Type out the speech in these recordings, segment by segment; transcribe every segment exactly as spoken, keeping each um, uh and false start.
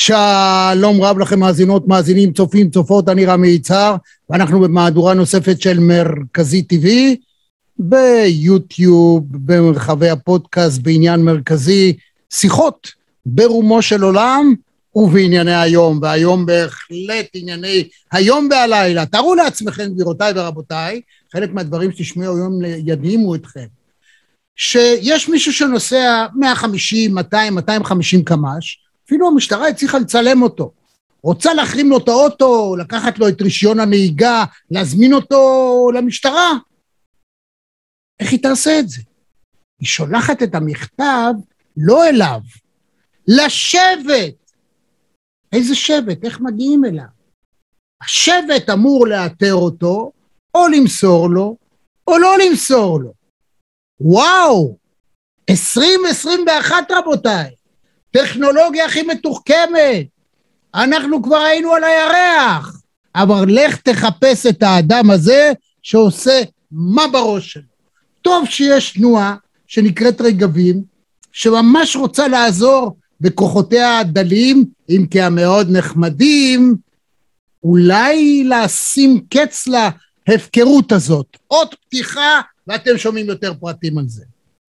שלום רב לכם מאזינות, מאזינים, צופים, צופות, אני רמי יצהר, ואנחנו במהדורה נוספת של מרכזי טבעי, ביוטיוב, במרחבי הפודקאסט, בעניין מרכזי, שיחות ברומו של עולם ובענייני היום, והיום בהחלט ענייני היום והלילה. תארו לעצמכם, גבירותיי ורבותיי, חלק מהדברים שתשמעו היום ידהימו אתכם, שיש מישהו שנוסע מאה וחמישים, מאתיים, מאתיים וחמישים קמ"ש, אפילו המשטרה הצליחה לצלם אותו, רוצה להחרים לו את האוטו, לקחת לו את רישיון הנהיגה, להזמין אותו למשטרה. איך היא תעשה את זה? היא שולחת את המכתב לא אליו, לשבט. איזה שבט? איך מגיעים אליו? השבט אמור לאתר אותו, או למסור לו, או לא למסור לו. וואו, עשרים עשרים ואחת רבותיי, טכנולוגיה הכי מתוחכמת, אנחנו כבר היינו על הירח, אבל לך תחפש את האדם הזה שעושה מה בראש שלו. טוב שיש תנועה שנקראת רגבים, שממש רוצה לעזור בכוחותיה הדלים, אם כי המאוד נחמדים, אולי לשים קץ להפקרות הזאת. עוד פתיחה, ואתם שומעים יותר פרטים על זה.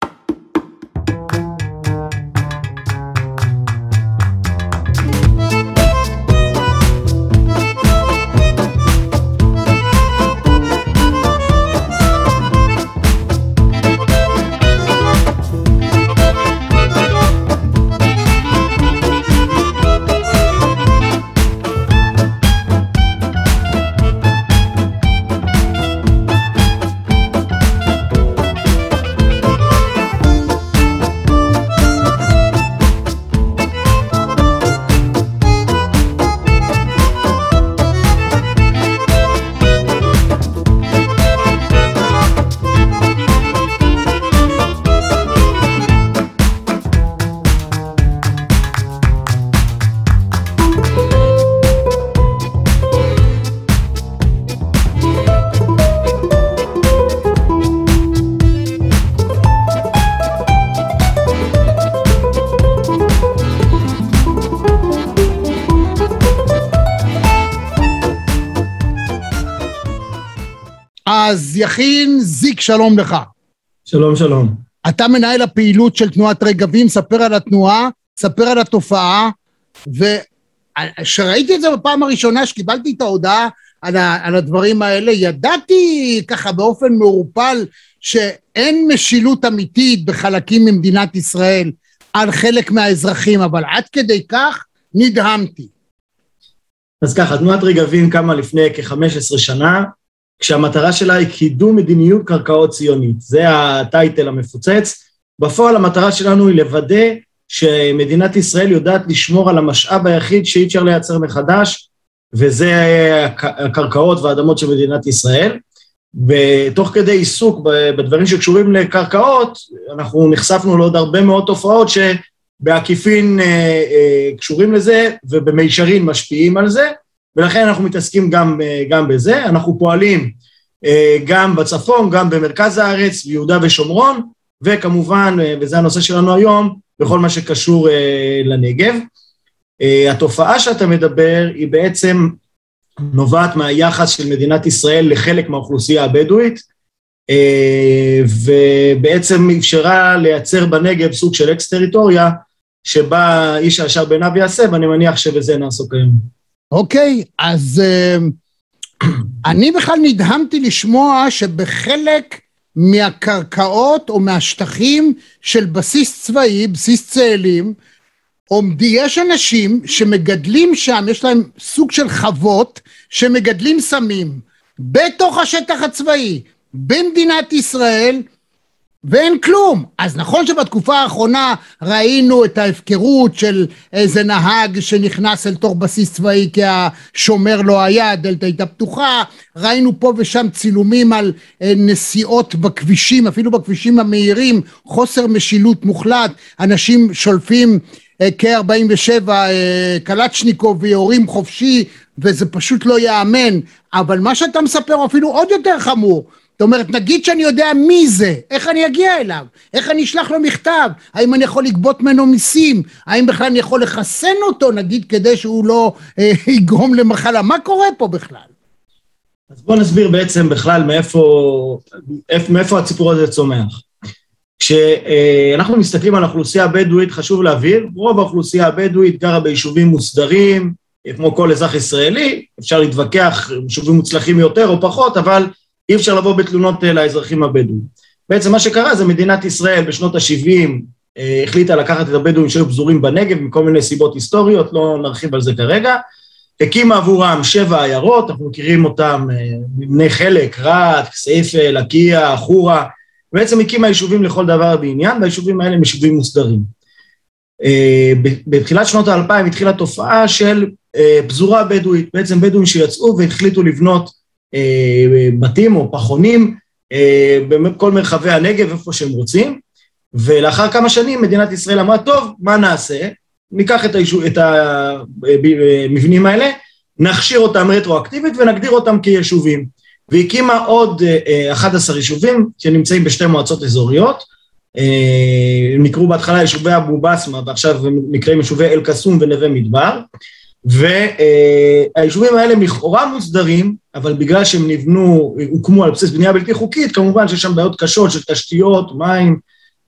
אז יכין זיק, שלום לך. שלום, שלום. אתה מנהל הפעילות של תנועת רגבים, ספר על התנועה, ספר על התופעה, ושראיתי את זה בפעם הראשונה שקיבלתי את ההודעה על, ה, על הדברים האלה, ידעתי ככה באופן מעורפל שאין משילות אמיתית בחלקים ממדינת ישראל על חלק מהאזרחים, אבל עד כדי כך נדהמתי. אז ככה, תנועת רגבים קמה לפני כ-חמש עשרה שנה, כשהמטרה שלה היא קידום מדיניות קרקעות ציונית. זה הטייטל המפוצץ. בפועל המטרה שלנו היא לוודא שמדינת ישראל יודעת לשמור על המשאב היחיד שאי אפשר לייצר מחדש, וזה הקרקעות והאדמות של מדינת ישראל. ותוך כדי עיסוק בדברים שקשורים לקרקעות, אנחנו נחשפנו לעוד הרבה מאוד תופעות שבעקיפין קשורים לזה, ובמישרין משפיעים על זה, ולכן אנחנו מתעסקים גם, גם בזה. אנחנו פועלים גם בצפון, גם במרכז הארץ, ביהודה ושומרון, וכמובן, וזה הנושא שלנו היום, בכל מה שקשור לנגב. התופעה שאתה מדבר היא בעצם נובעת מהיחס של מדינת ישראל לחלק מהאוכלוסייה הבדואית, ובעצם אפשרה לייצר בנגב סוג של אקס-טריטוריה, שבה איש הישר בעיניו יעשה, ואני מניח שבזה נעסוק היום. אוקיי, אז uh, אני בכלל נדהמתי לשמוע שבחלק מהקרקעות או מהשטחים של בסיס צבאי, בסיס צאלים, יש אנשים שמגדלים שם, יש להם סוג של חוות שמגדלים סמים בתוך השטח הצבאי במדינת ישראל, ואין כלום. אז נכון שבתקופה האחרונה ראינו את ההפקרות של איזה נהג שנכנס אל תוך בסיס צבאי כי השומר לא היה, הדלת הייתה פתוחה, ראינו פה ושם צילומים על נסיעות בכבישים, אפילו בכבישים המהירים, חוסר משילות מוחלט, אנשים שולפים כ-ארבעים ושבע קלצ'ניקוב ויורים חופשי, וזה פשוט לא יאמן. אבל מה שאתה מספר אפילו עוד יותר חמור, זאת אומרת, נגיד שאני יודע מי זה, איך אני אגיע אליו, איך אני אשלח לו מכתב, האם אני יכול לגבות ממנו מיסים, האם בכלל אני יכול לחסן אותו, נגיד כדי שהוא לא אה, יגרום למחלה, מה קורה פה בכלל? אז בואו נסביר בעצם בכלל מאיפה, מאיפה הציפור הזה צומח. כשאנחנו מסתכלים על האוכלוסייה הבדואית, חשוב להבהיר, רוב האוכלוסייה הבדואית גרה ביישובים מוסדרים, כמו כל אזרח ישראלי, אפשר להתווכח יישובים מוצלחים יותר או פחות, אבל אי אפשר לבוא בתלונות לאזרחים הבדואים. בעצם מה שקרה זה מדינת ישראל בשנות ה-שבעים החליטה לקחת את הבדואים שהיו פזורים בנגב, מכל מיני סיבות היסטוריות, לא נרחיב על זה כרגע, הקימה עבורם שבע עיירות, אנחנו מכירים אותם מבני חלק, רהט, כסייפה, לקיה, חורה, בעצם הקימה יישובים לכל דבר בעניין, והיישובים האלה הם יישובים מוסדרים. בתחילת שנות האלפיים התחילה תופעה של פזורה בדואית, בעצם בדואים שיצאו והחליטו לבנות בתים או פחונים בכל מרחבי הנגב איפה שהם רוצים, ולאחר כמה שנים מדינת ישראל אמרה, טוב, מה נעשה? ניקח את, הישוב, את המבנים האלה, נכשיר אותם רטרואקטיבית ונגדיר אותם כיישובים. והקימה עוד אחד עשר יישובים שנמצאים בשתי מועצות אזוריות, הם נקראו בהתחלה יישובי אבו בסמה, ועכשיו הם נקראים יישובי אל קסום ונווה מדבר, והיישובים האלה לכאורה מוסדרים, אבל בגלל שהם נבנו, הוקמו על בסיס בנייה בלתי חוקית, כמובן שיש שם בעיות קשות של תשתיות, מים,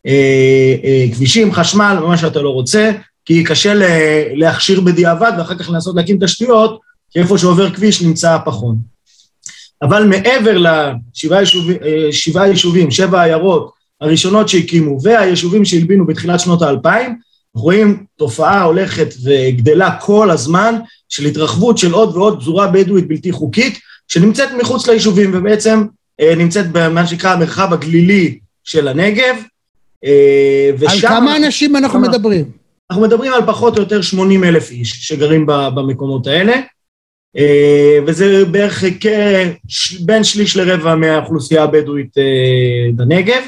כבישים, חשמל, מה שאתה לא רוצה, כי קשה להכשיר בדיעבד, ואחר כך לנסות להקים תשתיות, כי איפה שעובר כביש נמצא הפחון. אבל מעבר לשבעה יישובים, שבעה יישובים, שבע עיירות הראשונות שהקימו, והיישובים שהלבינו בתחילת שנות האלפיים, רואים תופעה הולכת וגדלה כל הזמן, של התרחבות של עוד ועוד פזורה בדואית בלתי חוקית, שנמצאת מחוץ ליישובים, ובעצם נמצאת במה שנקרא המרחב הגלילי של הנגב. על כמה אנשים אנחנו מדברים? אנחנו מדברים על פחות או יותר שמונים אלף איש שגרים במקומות האלה, וזה בערך בין שליש לרבע מהאוכלוסייה הבדואית בנגב,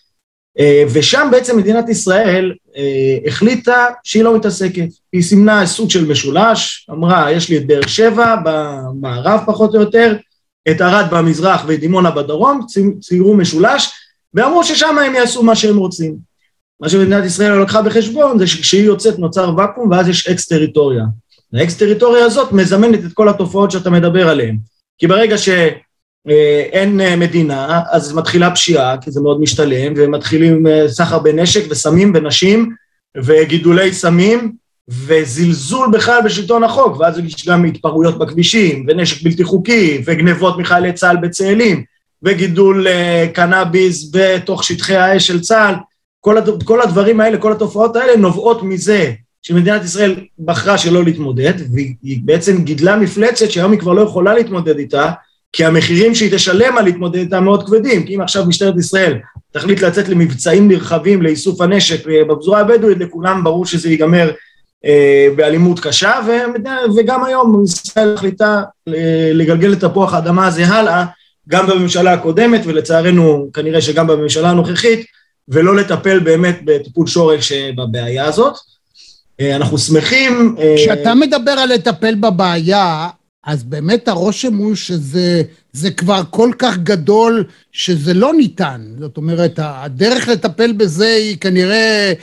ושם בעצם מדינת ישראל החליטה שהיא לא מתעסקת, היא סימנה סוג של משולש, אמרה יש לי את באר שבע במערב פחות או יותר, את ערד במזרח ואת דימונה בדרום, ציירו משולש, ואמרו ששם הם יעשו מה שהם רוצים. מה שמדינת ישראל לא לקחה בחשבון זה שכשהיא יוצאת נוצר וקום ואז יש אקס טריטוריה. האקס טריטוריה הזאת מזמנת את כל התופעות שאתה מדבר עליהן, כי ברגע שאין מדינה אז מתחילה פשיעה, כי זה מאוד משתלם, ומתחילים סחר בנשק וסמים ונשים וגידולי סמים וזלזול בכלל בשלטון החוק, ואז יש גם התפרעויות בכבישים ונשק בלתי חוקי וגנבות מחיילי צה"ל בצאלים וגידול קנאביס בתוך שטחי האש של צה"ל. כל, הד... כל הדברים האלה, כל התופעות האלה נובעות מזה שמדינת ישראל בחרה שלא להתמודד, והיא בעצם גידלה מפלצת שהיום היא כבר לא יכולה להתמודד איתה, כי המחירים שהיא תשלם על להתמודד איתה מאוד כבדים, כי אם עכשיו משטרת ישראל תחליט לצאת למבצעים נרחבים לאיסוף הנשק בפזורה הבדואית, לכולם ברור שזה ייגמר אה, באלימות קשה, ו... וגם היום ישראל החליטה לגלגל את תפוח האדמה הזה הלאה, גם בממשלה הקודמת, ולצערנו כנראה שגם בממשלה הנוכחית, ולא לטפל באמת בטיפול שורש בבעיה הזאת. אנחנו שמחים... כשאתה מדבר על לטפל בבעיה, אז באמת הרושם הוא שזה זה כבר כל כך גדול שזה לא ניתן. זאת אומרת, הדרך לטפל בזה היא כנראה...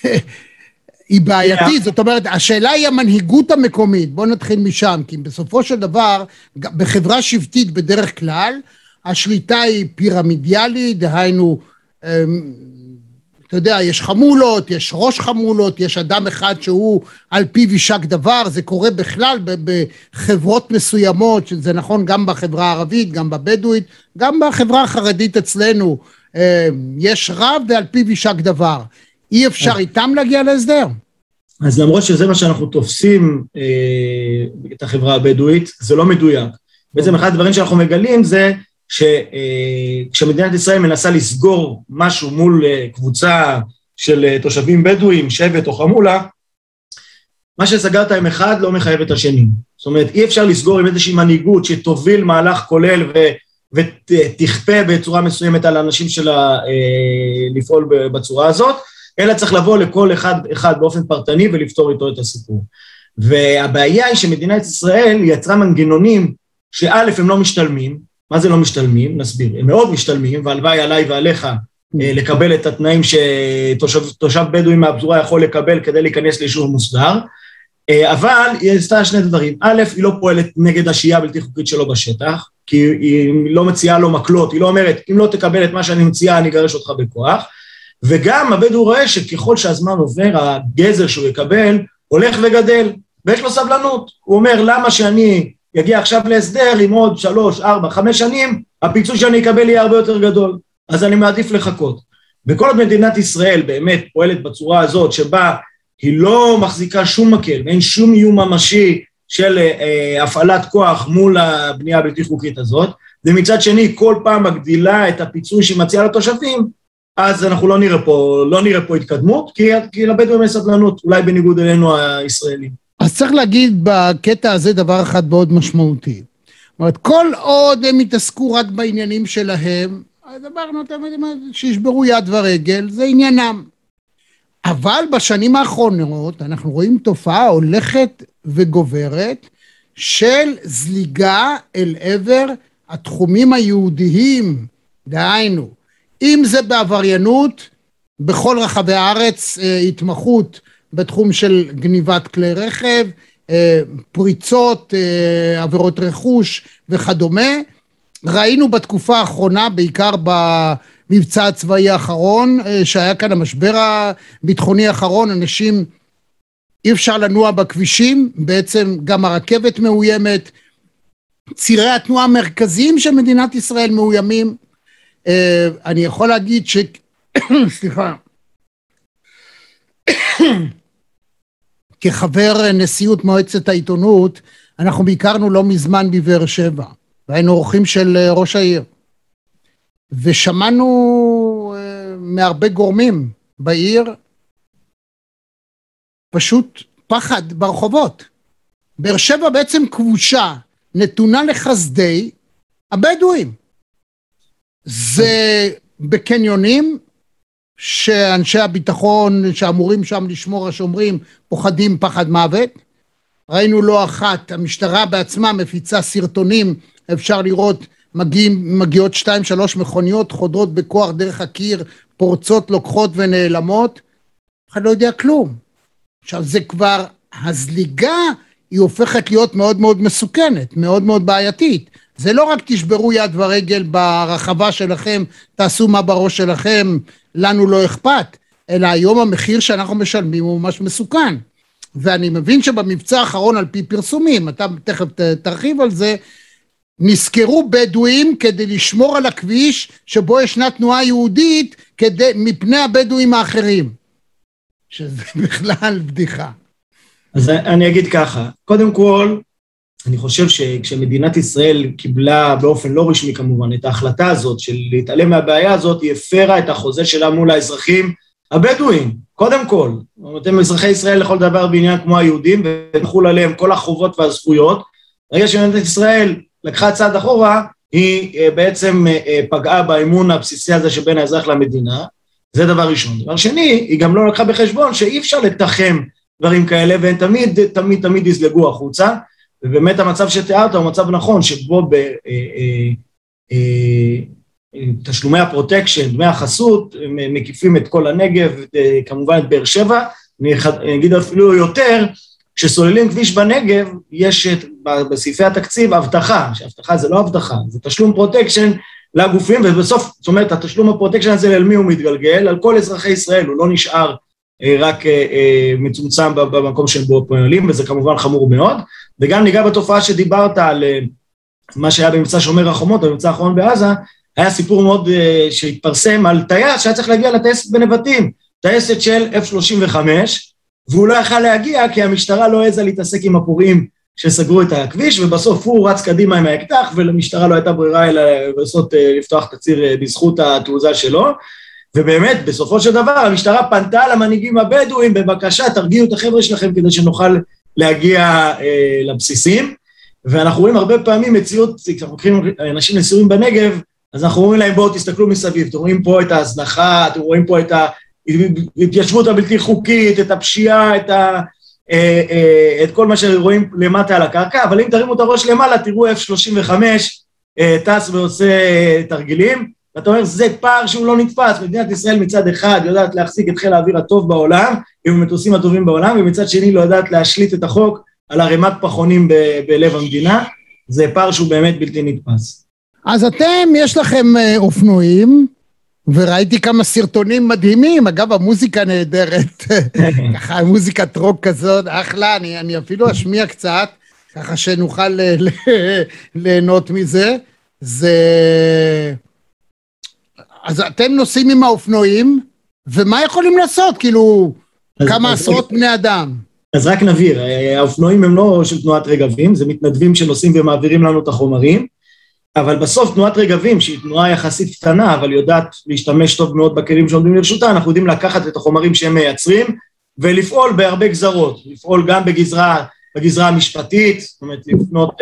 היא בעייתית, זאת אומרת, השאלה היא המנהיגות המקומית, בואו נתחיל משם, כי בסופו של דבר, בחברה שבטית בדרך כלל, השליטה היא פירמידיאלית, דהיינו, אתה יודע, יש חמולות, יש ראש חמולות, יש אדם אחד שהוא על פיו יישק דבר, זה קורה בכלל בחברות מסוימות, שזה נכון גם בחברה הערבית, גם בבדואית, גם בחברה החרדית אצלנו, יש רב ועל פיו יישק דבר. אי אפשר איתם להגיע להסדר. אז למרות שזה מה שאנחנו תופסים אה, את החברה הבדואית, זה לא מדויק. בעצם אחד הדברים שאנחנו מגלים זה שכשמדינת אה, ישראל מנסה לסגור משהו מול אה, קבוצה של אה, תושבים בדואים, שבט או חמולה, מה שסגרת עם אחד לא מחייב את השני. זאת אומרת, אי אפשר לסגור עם איזושהי מנהיגות שתוביל מהלך כולל ו... ותכפה בצורה מסוימת על האנשים שלה אה, לפעול בצורה הזאת, אלא צריך לבוא לכל אחד, אחד באופן פרטני ולפתור איתו את הסיפור. והבעיה היא שמדינת ישראל יצרה מנגנונים שא' הם לא משתלמים, מה זה לא משתלמים? נסביר. הם מאוד משתלמים, והלוואי עליי ועליך לקבל את התנאים שתושב בדואי מהפזורה יכול לקבל כדי להיכנס ליישוב מוסדר, אבל היא עשתה שני דברים. א', היא לא פועלת נגד השהייה הבלתי חוקית שלו בשטח, כי היא לא מציעה לו מקלות, היא לא אומרת, אם לא תקבל את מה שאני מציעה, אני אגרש אותך בכוח, וגם הבדואי רואה שככל שהזמן עובר, הגזר שהוא יקבל הולך וגדל, ויש לו סבלנות. הוא אומר, למה שאני יגיע עכשיו להסדר עם עוד שלוש, ארבע, חמש שנים, הפיצוי שאני אקבל יהיה הרבה יותר גדול, אז אני מעדיף לחכות. וכל עוד מדינת ישראל באמת פועלת בצורה הזאת, שבה היא לא מחזיקה שום מקל, ואין שום איום ממשי של אה, הפעלת כוח מול הבנייה הבלתי חוקית הזאת, ומצד שני כל פעם מגדילה את הפיצוי שמציעה לתושבים, אז אנחנו לא נראה פה, לא נראה פה התקדמות, כי, כי לבדואים יש סבלנות, אולי בניגוד אלינו הישראלים. אז צריך להגיד בקטע הזה דבר אחד מאוד משמעותי. זאת אומרת, כל עוד הם התעסקו רק בעניינים שלהם, הדבר נותן שישברו יד ורגל, זה עניינם. אבל בשנים האחרונות אנחנו רואים תופעה הולכת וגוברת של זליגה אל עבר התחומים היהודיים, דהיינו, אם זה בעבריינות, בכל רחבי הארץ התמחות בתחום של גניבת כלי רכב, פריצות, עבירות רכוש וכדומה. ראינו בתקופה האחרונה, בעיקר במבצע הצבאי האחרון, שהיה כאן המשבר הביטחוני האחרון, אנשים אי אפשר לנוע בכבישים, בעצם גם הרכבת מאוימת, צירי התנועה המרכזיים של מדינת ישראל מאוימים. אני יכול להגיד ש... סליחה. כחבר נשיאות מועצת העיתונות, אנחנו ביקרנו לא מזמן בבאר שבע, והיינו אורחים של ראש העיר, ושמענו מהרבה גורמים בעיר, פשוט פחד ברחובות. באר שבע בעצם כבושה, נתונה לחסדי הבדואים. זה בקניונים, שאנשי הביטחון שאמורים שם לשמור השומרים פוחדים פחד מוות. ראינו לא אחת, המשטרה בעצמה מפיצה סרטונים, אפשר לראות מגיעים, מגיעות שתיים שלוש מכוניות, חודרות בכוח דרך הקיר, פורצות, לוקחות ונעלמות, אחד לא יודע כלום. עכשיו זה כבר, הזליגה היא הופכת להיות מאוד מאוד מסוכנת, מאוד מאוד בעייתית. זה לא רק תשברו יד ורגל ברחבה שלכם, תעשו מה בראש שלכם, לנו לא אכפת, אלא היום המחיר שאנחנו משלמים הוא ממש מסוכן. ואני מבין שבמבצע האחרון על פי פרסומים, אתה תכף תרחיב על זה, נזכרו בדואים כדי לשמור על הכביש שבו ישנה תנועה יהודית כדי, מפני הבדואים האחרים. שזה בכלל בדיחה. אז אני אגיד ככה, קודם כל, אני חושב שכשמדינת ישראל קיבלה באופן לא רשמי כמובן את ההחלטה הזאת של להתעלם מהבעיה הזאת, היא הפרה את החוזה שלה מול האזרחים הבדואים, קודם כל. אתם אזרחי ישראל לכל דבר בעניין כמו היהודים, ונחול עליהם כל החובות והזכויות. ברגע שמדינת ישראל לקחה צעד אחורה, היא בעצם פגעה באמון הבסיסי הזה שבין האזרח למדינה, זה דבר ראשון. דבר שני, היא גם לא לקחה בחשבון שאי אפשר לתחם דברים כאלה, והם תמיד, תמיד, תמיד יזלגו החוצה, ובאמת המצב שתיארת הוא מצב נכון, שבו בתשלומי הפרוטקשן, דמי החסות, הם מקיפים את כל הנגב, כמובן את באר שבע, אני אגיד אפילו יותר, כשסוללים כביש בנגב, יש בסעיפי התקציב הבטחה, שהבטחה זה לא הבטחה, זה תשלום פרוטקשן לגופים, ובסוף, זאת אומרת, התשלום הפרוטקשן הזה למי הוא מתגלגל, על כל אזרחי ישראל, הוא לא נשאר רק מצומצם במקום שהם בו פועלים, וזה כמובן חמור מאוד, וגם ניגע בתופעה שדיברת על מה שהיה במבצע שומר החומות, במבצע האחרון בעזה, היה סיפור מאוד שהתפרסם על טייס, שהיה צריך להגיע לטייסת בנבטים, טייסת של אף שלושים וחמש, והוא לא יכל להגיע, כי המשטרה לא העזה להתעסק עם הפורעים שסגרו את הכביש, ובסוף הוא רץ קדימה עם האקדח, ולמשטרה לא הייתה ברירה אלא לעשות, לפתוח תציר בזכות התעוזה שלו, ובאמת, בסופו של דבר, המשטרה פנתה למנהיגים הבדואים, בבקשה, תרגיעו את החבר'ה שלכם, כדי שנוכל להגיע אה, לבסיסים, ואנחנו רואים הרבה פעמים מציאות, כשאנחנו לוקחים אנשים נשואים בנגב, אז אנחנו רואים להם, בואו תסתכלו מסביב, אתם רואים פה את ההזנחה, אתם רואים פה את ההתיישבות הבלתי חוקית, את הפשיעה, את, ה, אה, אה, את כל מה שרואים למטה על הקרקע, אבל אם תרימו את הראש למעלה, תראו אף שלושים וחמש, טס ועושה תרגילים, ואתה אומר, זה פער שהוא לא נתפס, מדינת ישראל מצד אחד יודעת להחזיק את חיל האוויר הטוב בעולם, עם המטוסים הטובים בעולם, ומצד שני לא יודעת להשליט את החוק על ערימת פחונים ב- בלב המדינה, זה פער שהוא באמת בלתי נתפס. אז אתם, יש לכם אופנועים, וראיתי כמה סרטונים מדהימים, אגב, המוזיקה נהדרת, ככה, מוזיקת רוק כזאת, אחלה, אני, אני אפילו אשמיע קצת, ככה שנוכל ל- ל- ליהנות מזה, זה... אז אתם נוסעים עם האופנועים, ומה יכולים לעשות? כאילו, אז, כמה אז עשרות רק, בני אדם. אז רק נבהיר, האופנועים הם לא של תנועת רגבים, זה מתנדבים שנוסעים ומעבירים לנו את החומרים, אבל בסוף תנועת רגבים, שהיא תנועה יחסית קטנה, אבל יודעת להשתמש טוב מאוד בכלים שעומדים לרשותה, אנחנו יודעים לקחת את החומרים שהם מייצרים, ולפעול בהרבה גזרות, לפעול גם בגזרה, בגזרה המשפטית, זאת אומרת, לפנות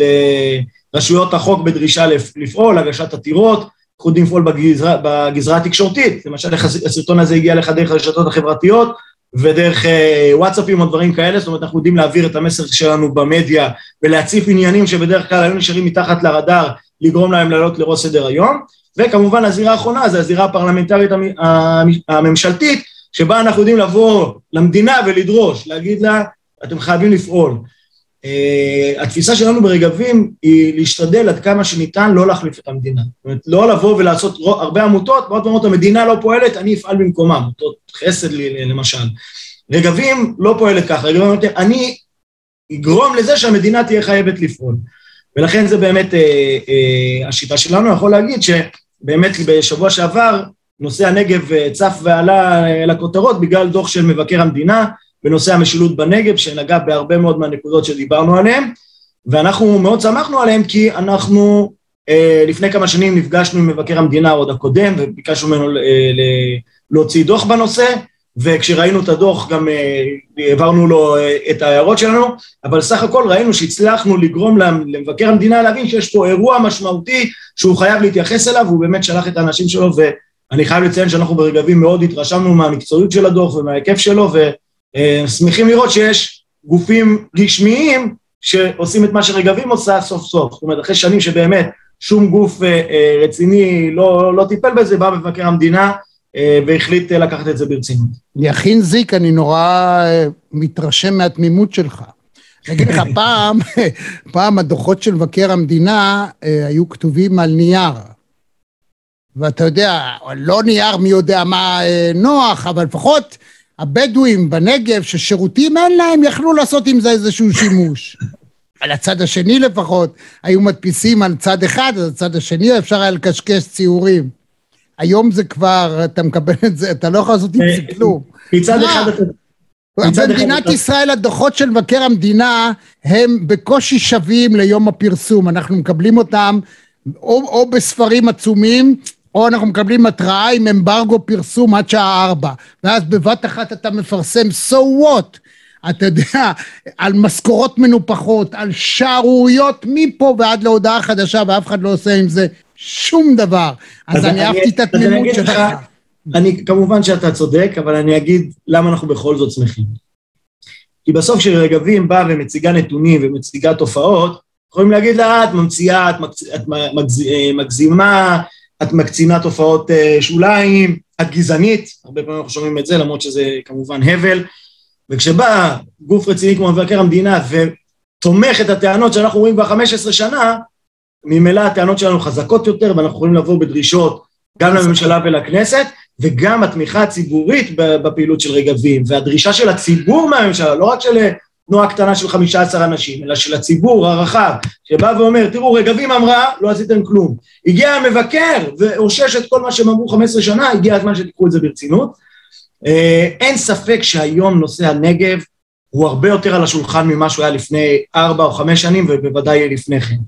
לרשויות החוק בדרישה לפעול, הגשת עתירות, אנחנו יודעים לפעול בגזרה, בגזרה התקשורתית, למשל הסרטון הזה הגיע לך דרך הרשתות החברתיות, ודרך וואטסאפים או דברים כאלה, זאת אומרת אנחנו יודעים להעביר את המסר שלנו במדיה, ולהציף עניינים שבדרך כלל היו נשארים מתחת לרדאר, לגרום להם לעלות לראש סדר היום, וכמובן הזירה האחרונה, זה הזירה הפרלמנטרית הממשלתית, שבה אנחנו יודעים לבוא למדינה ולדרוש, להגיד לה, אתם חייבים לפעול. Uh, התפיסה שלנו ברגבים היא להשתדל עד כמה שניתן לא להחליף את המדינה. זאת אומרת, לא לבוא ולעשות הרבה עמותות, בעוד פעמות המדינה לא פועלת, אני אפעל במקומה, עמותות חסד לי למשל. רגבים לא פועלת ככה, רגבים אומרת, אני אגרום לזה שהמדינה תהיה חייבת לפעול. ולכן זה באמת uh, uh, השיטה שלנו, יכול להגיד שבאמת בשבוע שעבר, נושא הנגב צף ועלה לכותרות בגלל דוח של מבקר המדינה, בנושא המשילות בנגב, שנגע בהרבה מאוד מהנקודות שדיברנו עליהן, ואנחנו מאוד שמחנו עליהן, כי אנחנו אה, לפני כמה שנים נפגשנו עם מבקר המדינה עוד הקודם, וביקשנו ממנו אה, להוציא דוח בנושא, וכשראינו את הדוח גם אה, העברנו לו אה, את ההערות שלנו, אבל סך הכל ראינו שהצלחנו לגרום למבקר המדינה להבין שיש פה אירוע משמעותי, שהוא חייב להתייחס אליו, והוא באמת שלח את האנשים שלו, ואני חייב לציין שאנחנו ברגבים מאוד התרשמנו מהמקצועיות של הדוח ומההיקף שלו, ו שמחים לראות שיש גופים רשמיים שעושים את מה שרגבים עושה סוף סוף. זאת אומרת, אחרי שנים שבאמת שום גוף רציני לא, לא טיפל בזה, בא מבקר המדינה והחליט לקחת את זה ברצינות. יכין זיק, אני נורא מתרשם מהתמימות שלך. אני אגיד לך, פעם, פעם הדוחות של מבקר המדינה היו כתובים על נייר. ואתה יודע, לא נייר מי יודע מה נוח, אבל לפחות הבדואים בנגב ששירותים אין להם, יכלו לעשות עם זה איזשהו שימוש. על הצד השני לפחות, היו מדפיסים על צד אחד, על הצד השני אפשר היה לקשקש ציורים. היום זה כבר, אתה מקבל את זה, אתה לא יכול לעשות עם זה כלום. מצד אחד אתה... במדינת ישראל הדוחות של מבקר המדינה הם בקושי שווים ליום הפרסום, אנחנו מקבלים אותם או, או בספרים עצומים, או אנחנו מקבלים התראה עם אמברגו פרסום עד שעה ארבע, ואז בבת אחת אתה מפרסם so what, אתה יודע, על משכורות מנופחות, על שערוריות מפה ועד להודעה חדשה, ואף אחד לא עושה עם זה שום דבר. אז, אז אני אהבתי את התמימות שלך. אני, כמובן שאתה צודק, אבל אני אגיד למה אנחנו בכל זאת שמחים. כי בסוף כשרגבים בא ומציגה נתונים ומציגה תופעות, יכולים להגיד לה, את ממציאה, את, מגז, את מגז, מגזימה, את מקצינה תופעות שוליים, את גזענית, הרבה פעמים אנחנו שומעים את זה, למרות שזה כמובן הבל, וכשבא גוף רציני כמו מבקר המדינה, ותומך את הטענות שאנחנו רואים כבר חמש עשרה שנה, ממילא הטענות שלנו חזקות יותר, ואנחנו יכולים לבוא בדרישות גם לממשלה ולכנסת, וגם התמיכה הציבורית בפעילות של רגבים, והדרישה של הציבור מהממשלה, לא רק של תנועה קטנה של חמישה עשר אנשים, אלא של הציבור הרחב, שבא ואומר, תראו, רגבים אמרה, לא עשיתם כלום. הגיע המבקר ואושש את כל מה שהם אמרו חמש עשרה שנה, הגיע הזמן שתיקחו את זה ברצינות. אין ספק שהיום נושא הנגב הוא הרבה יותר על השולחן ממה שהוא היה לפני ארבע או חמש שנים, ובוודאי לפני כן.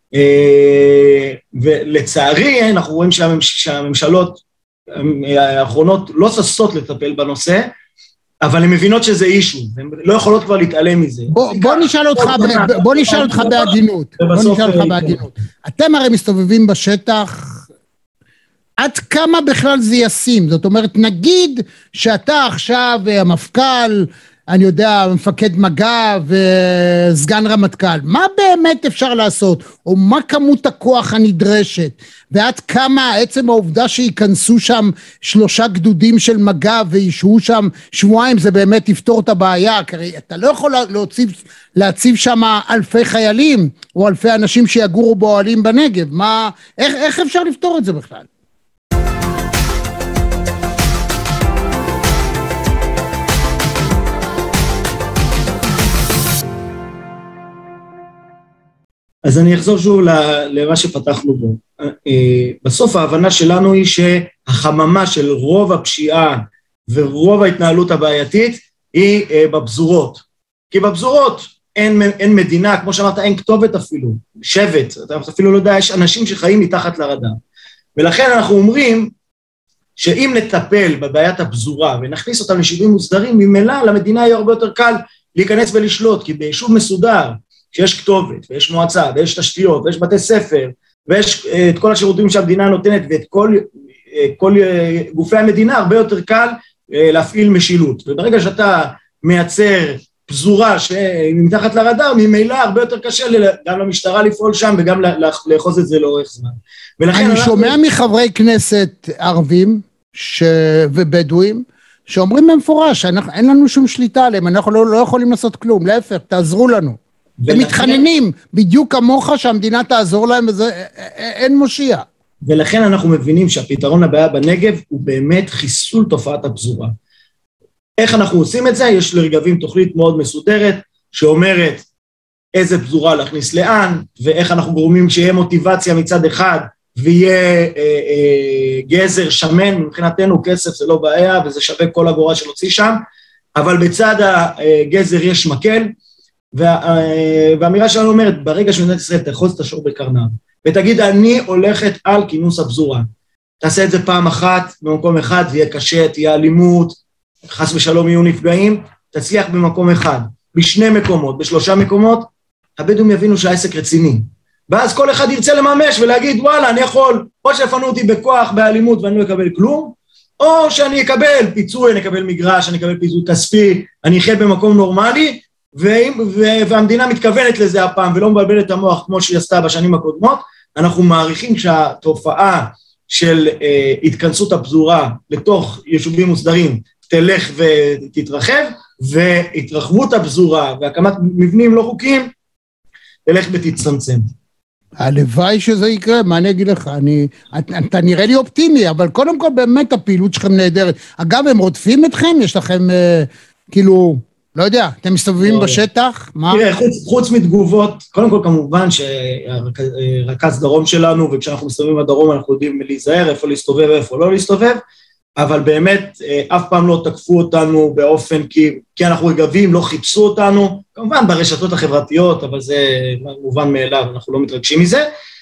ולצערי, אנחנו רואים שהממשלות האחרונות לא ששות לטפל בנושא, אבל הן מבינות שזה אישו, הן לא יכולות כבר להתעלם מזה. בוא נשאל אותך, בוא נשאל אותך בהגינות, בוא נשאל אותך בהגינות. אתם הרי מסתובבים בשטח, עד כמה בכלל זה ישים? זאת אומרת, נגיד שאתה עכשיו המפכ"ל, אני יודע, מפקד מג"ב וסגן רמטכ"ל, מה באמת אפשר לעשות, או מה כמות הכוח הנדרשת, ועד כמה עצם העובדה שיכנסו שם שלושה גדודים של מג"ב וישהו שם שבועיים, זה באמת יפתור את הבעיה, כי אתה לא יכול להציב, להציב שם אלפי חיילים, או אלפי אנשים שיגורו באוהלים בנגב, מה, איך, איך אפשר לפתור את זה בכלל? אז אני אחזור שוב למה שפתחנו בו. בסוף ההבנה שלנו היא שהחממה של רוב הפשיעה ורוב ההתנהלות הבעייתית היא בבזורות. כי בבזורות אין, אין מדינה, כמו שאמרת, אין כתובת אפילו, שבט, אתה אפילו לא יודע, יש אנשים שחיים מתחת לרדאר. ולכן אנחנו אומרים שאם נטפל בבעיית הבזורה ונכניס אותם ליישובים מוסדרים, ממילא למדינה יהיה הרבה יותר קל להיכנס ולשלוט, כי ביישוב מסודר, שיש כתובת, ויש מועצה, ויש תשתיות, ויש בתי ספר, ויש את כל השירותים שהמדינה נותנת, ואת כל, כל גופי המדינה, הרבה יותר קל להפעיל משילות. וברגע שאתה מייצר פזורה שמתחת לרדאר, ממילא הרבה יותר קשה גם למשטרה לפעול שם, וגם לאחוז את זה לאורך זמן. אני אנחנו... שומע מחברי כנסת ערבים ש... ובדואים, שאומרים במפורש, אין לנו שום שליטה עליהם, אנחנו לא, לא יכולים לעשות כלום, להפך, תעזרו לנו. הם מתחננים, בדיוק כמוך שהמדינה תעזור להם, וזה אין מושיע. ולכן אנחנו מבינים שהפתרון לבעיה בנגב הוא באמת חיסול תופעת הפזורה. איך אנחנו עושים את זה? יש לרגבים תוכנית מאוד מסודרת, שאומרת איזה פזורה להכניס לאן, ואיך אנחנו גורמים שיהיה מוטיבציה מצד אחד, ויהיה אה, אה, גזר שמן, מבחינתנו כסף זה לא בעיה, וזה שווה כל אגורה שנוציא שם, אבל בצד הגזר יש מקל, וה, והאמירה שלנו אומרת, ברגע שמדינת ישראל תאחוז את השור בקרניו, ותגיד, אני הולכת על כינוס הפזורה, תעשה את זה פעם אחת, במקום אחד, תהיה קשה, תהיה אלימות, חס ושלום יהיו נפגעים, תצליח במקום אחד, בשני מקומות, בשלושה מקומות, הבדואים יבינו שהעסק רציני, ואז כל אחד ירצה לממש ולהגיד, וואלה, אני יכול, או שיפנו אותי בכוח, באלימות, ואני לא אקבל כלום, או שאני אקבל פיצוי, אני אקבל מגרש, אני אקבל פיצוי כספי, אני אחיה במקום נורמלי, והמדינה מתכוונת לזה הפעם, ולא מבלבל את המוח כמו שהיא עשתה בשנים הקודמות. אנחנו מעריכים שהתופעה של אה, התכנסות הפזורה לתוך יישובים מוסדרים תלך ותתרחב, והתרחבות הפזורה והקמת מבנים לא חוקיים תלך ותצטמצם. הלוואי שזה יקרה, מה אני אגיד לך? אני, אתה נראה לי אופטימי, אבל קודם כל באמת הפעילות שלכם נהדרת. אגב, הם רודפים אתכם? יש לכם אה, כאילו... לא יודע, אתם מסתובבים בשטח? תראה, חוץ מתגובות, קודם כל כמובן שהרכז דרום שלנו, וכשאנחנו מסתובבים בדרום אנחנו יודעים להיזהר, איפה להסתובב ואיפה לא להסתובב, אבל באמת אף פעם לא תקפו אותנו באופן, כי אנחנו רגבים, לא חיפשו אותנו, כמובן ברשתות החברתיות, אבל זה מובן מאליו, אנחנו לא מתרגשים מזה.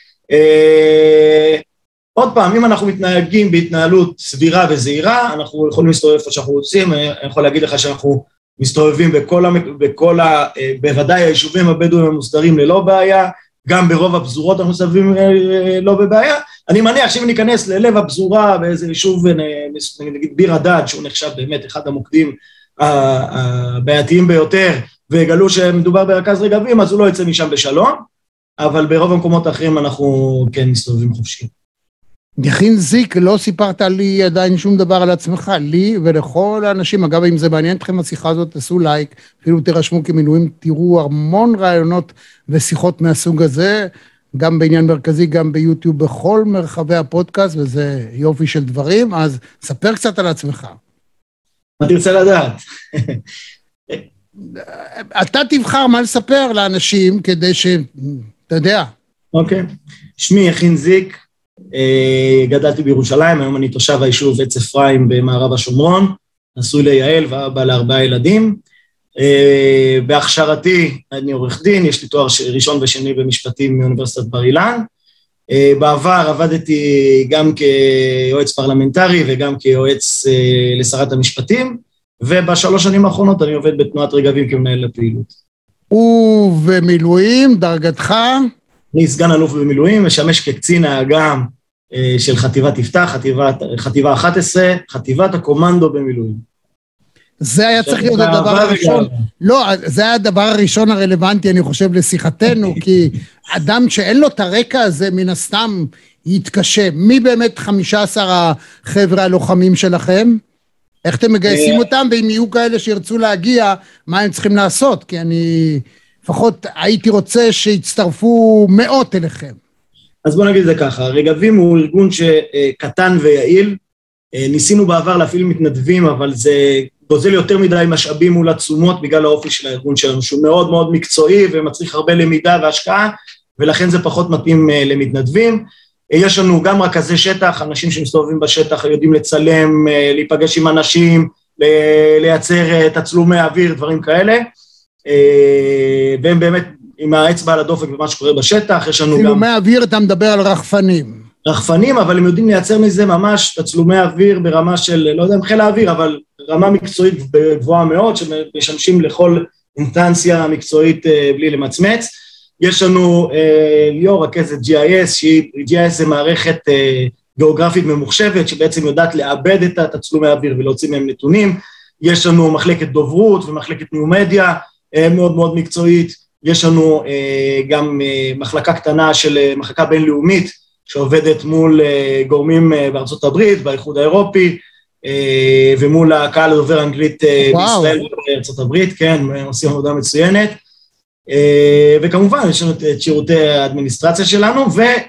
עוד פעם, אם אנחנו מתנהגים בהתנהלות סבירה וזהירה, אנחנו יכולים להסתובב איפה שאנחנו רוצים, אני יכול להגיד לך שאנחנו מסתובבים בכל, בכל ה, בוודאי היישובים הבדואים המוסדרים ללא בעיה, גם ברוב הפזורות אנחנו מסתובבים לא בבעיה. אני מניח שאם ניכנס ללב הפזורה באיזה יישוב, נגיד ביר הדד, שהוא נחשב באמת אחד המוקדים הבעייתיים ביותר, והגלו שמדובר ברכז רגבים, אז הוא לא יצא משם בשלום, אבל ברוב המקומות האחרים אנחנו כן מסתובבים חופשיים. יכין זיק, לא סיפרת לי עדיין שום דבר על עצמך, לי ולכל האנשים, אגב, אם זה מעניין אתכם השיחה הזאת, תעשו לייק, אפילו תירשמו כמילואים, תראו המון רעיונות ושיחות מהסוג הזה, גם בעניין מרכזי, גם ביוטיוב, בכל מרחבי הפודקאסט, וזה יופי של דברים, אז ספר קצת על עצמך. מה תרצה לדעת? אתה תבחר מה לספר לאנשים, כדי ש... אתה יודע. אוקיי. שמי יכין זיק, גדלתי בירושלים, היום אני תושב היישוב עץ אפרים במערב השומרון, נשוי ליעל ואבא לארבעה ילדים. בהכשרתי אני עורך דין, יש לי תואר ראשון ושני במשפטים מאוניברסיטת בר אילן. בעבר עבדתי גם כיועץ פרלמנטרי וגם כיועץ לשרת המשפטים, ובשלוש שנים האחרונות אני עובד בתנועת רגבים כמנהל לפעילות. ובמילואים, דרגתך? אני סגן אלוף במילואים, משמש כקצין האג"ם של חטיבת יפתח, חטיבת, חטיבה אחת עשרה, חטיבת הקומנדו במילואים. זה היה צריך להיות הדבר הראשון, לא, זה היה הדבר הראשון הרלוונטי, אני חושב, לשיחתנו, כי אדם שאין לו את הרקע הזה, מן הסתם יתקשה. מי באמת חמישה עשר החבר'ה הלוחמים שלכם? איך אתם מגייסים אותם, ואם יהיו כאלה שירצו להגיע, מה הם צריכים לעשות? כי אני, לפחות הייתי רוצה שיצטרפו מאות אליכם. אז בוא נגיד זה ככה, רגבים הוא ארגון שקטן ויעיל, ניסינו בעבר להפעיל מתנדבים, אבל זה גוזל יותר מדי משאבים מול עצומות בגלל האופי של הארגון שלנו, שהוא מאוד מאוד מקצועי ומצריך הרבה למידה והשקעה, ולכן זה פחות מתאים למתנדבים. יש לנו גם רכזי שטח, אנשים שמסתובבים בשטח, יודעים לצלם, להיפגש עם אנשים, לייצר תצלומי אוויר, דברים כאלה, והם באמת עם האצבע על הדופק במה שקורה בשטח. יש לנו גם... צילומי אוויר, אתה מדבר על רחפנים. רחפנים, אבל הם יודעים לייצר מזה ממש תצלומי אוויר ברמה של, לא יודע אם חיל האוויר, אבל רמה מקצועית גבוהה מאוד, שמשמשים לכל אינטנציה מקצועית בלי למצמץ. יש לנו ליאור רכזת ג'י איי אס, ג'י איי אס זה מערכת גיאוגרפית ממוחשבת, שבעצם יודעת לאבד את התצלומי האוויר ולהוציא מהם נתונים. יש לנו מחלקת דוברות ומחלקת ניו-מדיה, מאוד מאוד מקצועית. יש לנו גם מחלקה קטנה של מחלקה בינלאומית, שעובדת מול גורמים בארצות הברית, באיחוד האירופי, ומול הקהל הדובר אנגלית בישראל ובארצות הברית, כן, עושים עבודה מצוינת. וכמובן, יש לנו את שירותי האדמיניסטרציה שלנו,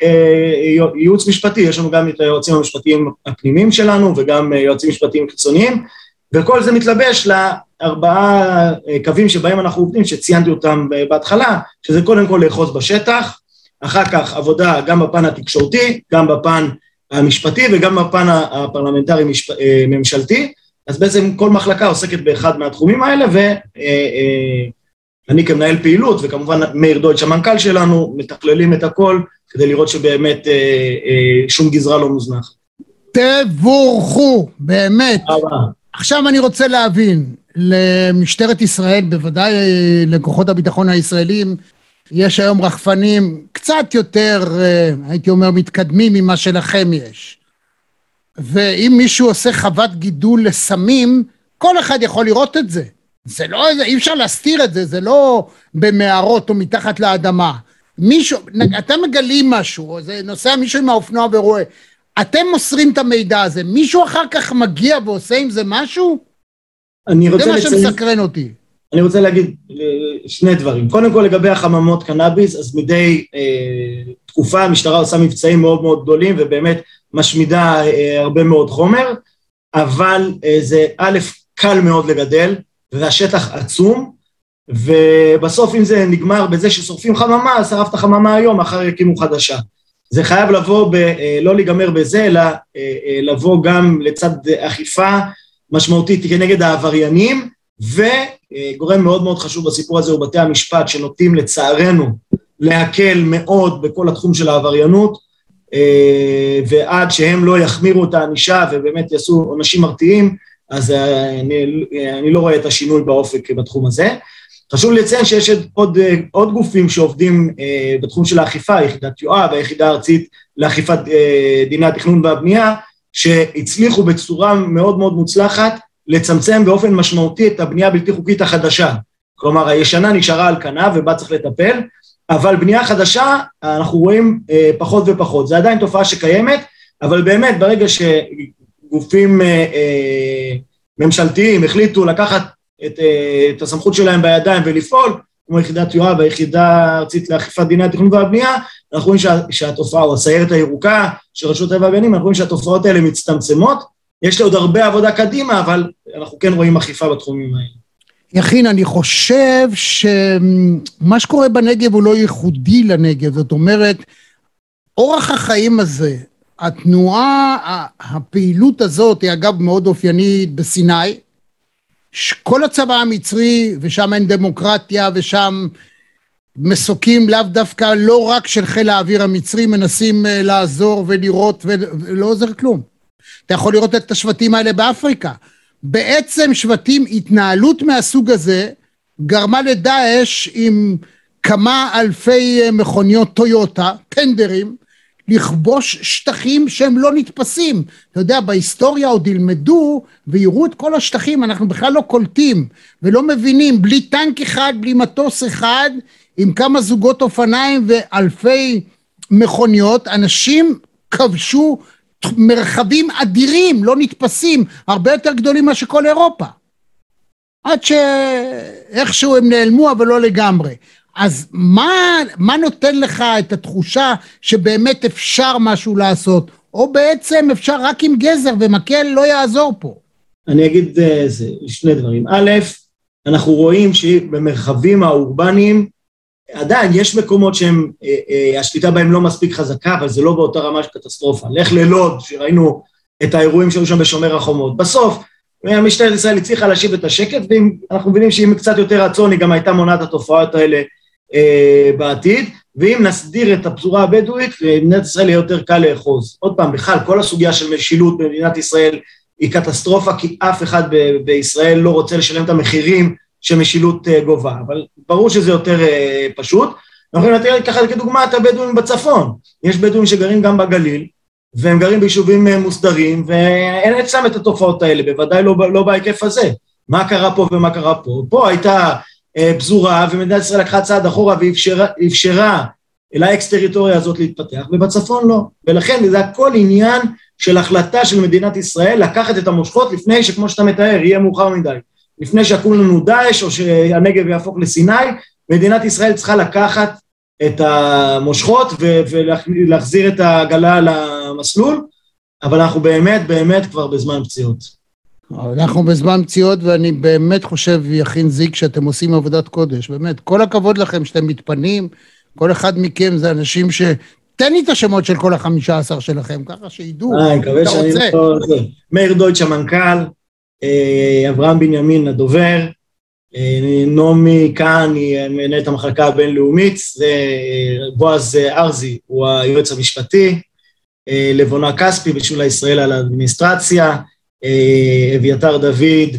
וייעוץ משפטי, יש לנו גם את היועצים המשפטיים הפנימיים שלנו, וגם יועצים משפטיים חיצוניים, וכל זה מתלבש לארבעה קווים שבהם אנחנו עובדים, שציינתי אותם בהתחלה, שזה קודם כל לאחוז בשטח, אחר כך עבודה גם בפן התקשורתי, גם בפן המשפטי, וגם בפן הפרלמנטרי ממשלתי, אז בעצם כל מחלקה עוסקת באחד מהתחומים האלה, ואני כמנהל פעילות, וכמובן מאיר דויטש המנכ"ל שלנו, מתכללים את הכל, כדי לראות שבאמת שום גזרה לא מוזנחת. תבורכו, באמת. עכשיו אני רוצה להבין, למשטרת ישראל, בוודאי לכוחות הביטחון הישראלים, יש היום רחפנים קצת יותר, הייתי אומר, מתקדמים ממה שלכם יש. ואם מישהו עושה חוות גידול לסמים, כל אחד יכול לראות את זה. זה לא, אי אפשר להסתיר את זה, זה לא במערות או מתחת לאדמה. מישהו, אתם מגלים משהו, זה נוסע מישהו עם האופנוע ורואה, אתם מוסרים את המידע הזה, מישהו אחר כך מגיע ועושה עם זה משהו? אני רוצה זה מה לציין... שמסקרן אותי. אני רוצה להגיד שני דברים. קודם כל לגבי החממות קנאביס, אז מדי אה, תקופה המשטרה עושה מבצעים מאוד מאוד גדולים, ובאמת משמידה אה, הרבה מאוד חומר, אבל אה, זה א', קל מאוד לגדל, והשטח עצום, ובסוף אם זה נגמר בזה ששורפים חממה, אז שרפת חממה היום, אחר יקימו חדשה. זה חייב לבוא, ב, אה, לא להיגמר בזה, אלא אה, אה, לבוא גם לצד אכיפה משמעותית כנגד העבריינים, וגורם מאוד מאוד חשוב בסיפור הזה הוא בתי המשפט, שנוטים לצערנו להקל מאוד בכל התחום של העבריינות, ועד שהם לא יחמירו את הענישה ובאמת יעשו עונשים מרתיעים, אז אני, אני לא רואה את השינוי באופק בתחום הזה. חשוב לציין שיש עוד, עוד גופים שעובדים בתחום של האכיפה, יחידת יואב, היחידה הארצית לאכיפת דיני התכנון והבנייה, שהצליחו בצורה מאוד מאוד מוצלחת, לצמצם באופן משמעותי את הבנייה הבלתי חוקית החדשה. כלומר, הישנה נשארה על כנה ובה צריך לטפל, אבל בנייה חדשה אנחנו רואים אה, פחות ופחות. זה עדיין תופעה שקיימת, אבל באמת ברגע שגופים אה, אה, ממשלתיים החליטו לקחת את, אה, את הסמכות שלהם בידיים ולפעול, כמו יחידת יואב, היחידה הארצית לאכיפת דיני התכנון והבנייה, אנחנו רואים שה, שהתופעה, או הסיירת הירוקה של רשות הטבע והגנים, אנחנו רואים שהתופעות האלה מצטמצמות, יש לי עוד הרבה עבודה קדימה, אבל אנחנו כן רואים אכיפה בתחומים האלה. יכין, אני חושב שמה שקורה בנגב הוא לא ייחודי לנגב, זאת אומרת, אורח החיים הזה, התנועה, הפעילות הזאת, היא אגב מאוד אופיינית בסיני, כל הצבא המצרי, ושם אין דמוקרטיה, ושם מסוקים לאו דווקא לא רק של חיל האוויר המצרי, מנסים לעזור ולראות ולא עוזר כלום. אתה יכול לראות את השבטים האלה באפריקה. בעצם שבטים, התנהלות מהסוג הזה, גרמה לדאעש עם כמה אלפי מכוניות טויוטה, טנדרים, לכבוש שטחים שהם לא נתפסים. אתה יודע, בהיסטוריה עוד ילמדו ויראו את כל השטחים, אנחנו בכלל לא קולטים ולא מבינים, בלי טנק אחד, בלי מטוס אחד, עם כמה זוגות אופניים ואלפי מכוניות, אנשים כבשו מרחבים אדירים, לא נתפסים, הרבה יותר גדולים מה שכל אירופה. עד שאיכשהו הם נעלמו, אבל לא לגמרי. אז מה, מה נותן לך את התחושה שבאמת אפשר משהו לעשות, או בעצם אפשר רק עם גזר ומקל לא יעזור פה? אני אגיד זה, שני דברים. א', אנחנו רואים שבמרחבים האורבניים, עדיין יש מקומות שהם, השליטה בהם לא מספיק חזקה, אבל זה לא באותה רמה של קטסטרופה. לך ללוד, שראינו את האירועים שהיו שם בשומר החומות. בסוף, משטרת ישראל הצליחה להשיב את השקט, ואנחנו מבינים שאם קצת יותר רצון, היא גם הייתה מונעת התופעות האלה אה, בעתיד, ואם נסדיר את הפזורה הבדואית, למדינת ישראל יהיה יותר קל לאחוז. עוד פעם, בכלל, כל הסוגיה של משילות במדינת ישראל היא קטסטרופה, כי אף אחד ב- בישראל לא רוצה לשלם את המחירים שמשילות אה, גובה, אבל ברור שזה יותר אה, פשוט. אנחנו יכולים לתת ככה כדוגמה את הבדואים בצפון. יש בדואים שגרים גם בגליל, והם גרים ביישובים מוסדרים, ואין אצלם את התופעות האלה, בוודאי לא, לא בהיקף הזה. מה קרה פה ומה קרה פה? פה הייתה אה, פזורה, ומדינת ישראל לקחה צעד אחורה, ואפשרה אל האקס-טריטוריה הזאת להתפתח, ובצפון לא. ולכן זה הכל עניין של החלטה של מדינת ישראל, לקחת את המושכות לפני שכמו שאתה מתאר, יהיה מאוחר מדי. לפני שיקום לנו דאעש, או שהנגב יהפוך לסיני, מדינת ישראל צריכה לקחת את המושכות ולהחזיר את העגלה למסלול, אבל אנחנו באמת באמת כבר בזמן פציעות. אנחנו בזמן פציעות, ואני באמת חושב, יכין זיק, שאתם עושים עבודת קודש, באמת, כל הכבוד לכם שאתם מתפנים, כל אחד מכם זה אנשים ש... תן לי את השמות של כל החמישה עשר שלכם, ככה שידעו. אה, אני מקווה שאני לא... מאיר דויטש המנכ"ל, אברהם בנימין הדובר, נעמי כאן היא מנהלת המחלקה הבינלאומית, בועז ארזי הוא היועץ המשפטי, לבונה כספי בשולה ישראל על האדמיניסטרציה, אביתר דוד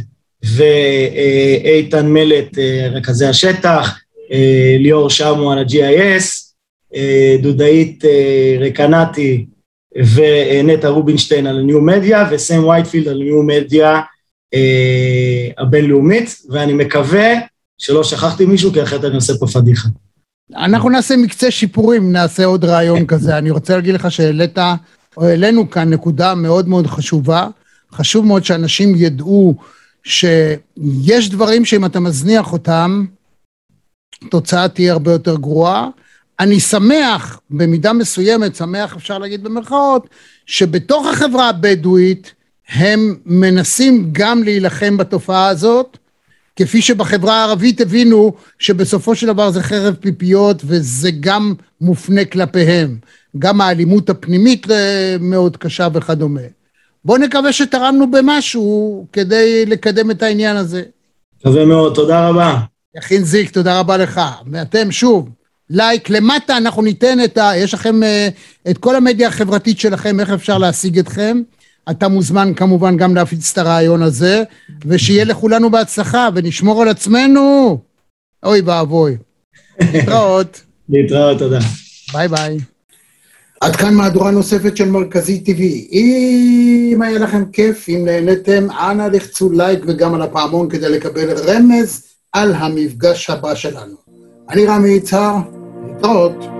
ואיתן מלט רכזי השטח, ליאור שמו על ה-ג'י איי אס, דודאית רקנתי ונטע רובינשטיין על הניו מדיה, וסם וייטפילד על הניו מדיה הבינלאומית, ואני מקווה שלא שכחתי מישהו, כי אחרת אני עושה פה פדיחה. אנחנו נעשה מקצה שיפורים, נעשה עוד רעיון כזה. אני רוצה להגיד לך שהעלית, או העלינו כאן נקודה מאוד מאוד חשובה, חשוב מאוד שאנשים ידעו שיש דברים שאם אתה מזניח אותם, תוצאה תהיה הרבה יותר גרועה. אני שמח, במידה מסוימת, שמח אפשר להגיד במרכאות, שבתוך החברה הבדואית, הם מנסים גם להילחם בתופעה הזאת, כפי שבחברה הערבית הבינו שבסופו של דבר זה חרב פיפיות, וזה גם מופנה כלפיהם, גם האלימות הפנימית מאוד קשה וכדומה. בואו נקווה שתרמנו במשהו כדי לקדם את העניין הזה. מקווה מאוד, תודה רבה. יכין זיק, תודה רבה לך. ואתם שוב, לייק, למטה אנחנו ניתן את ה... יש לכם את כל המדיה החברתית שלכם, איך אפשר להשיג אתכם. אתה מוזמן כמובן גם להפיץ את הרעיון הזה, ושיהיה לכולנו בהצלחה, ונשמור על עצמנו. אוי ואבוי. להתראות. להתראות, תודה. ביי ביי. עד כאן מהדורה נוספת של מרכזי טבעי. אם היה לכם כיף, אם נהנתם, אנא לחצו לייק וגם על הפעמון כדי לקבל רמז על המפגש הבא שלנו. אני רמי יצהר, להתראות.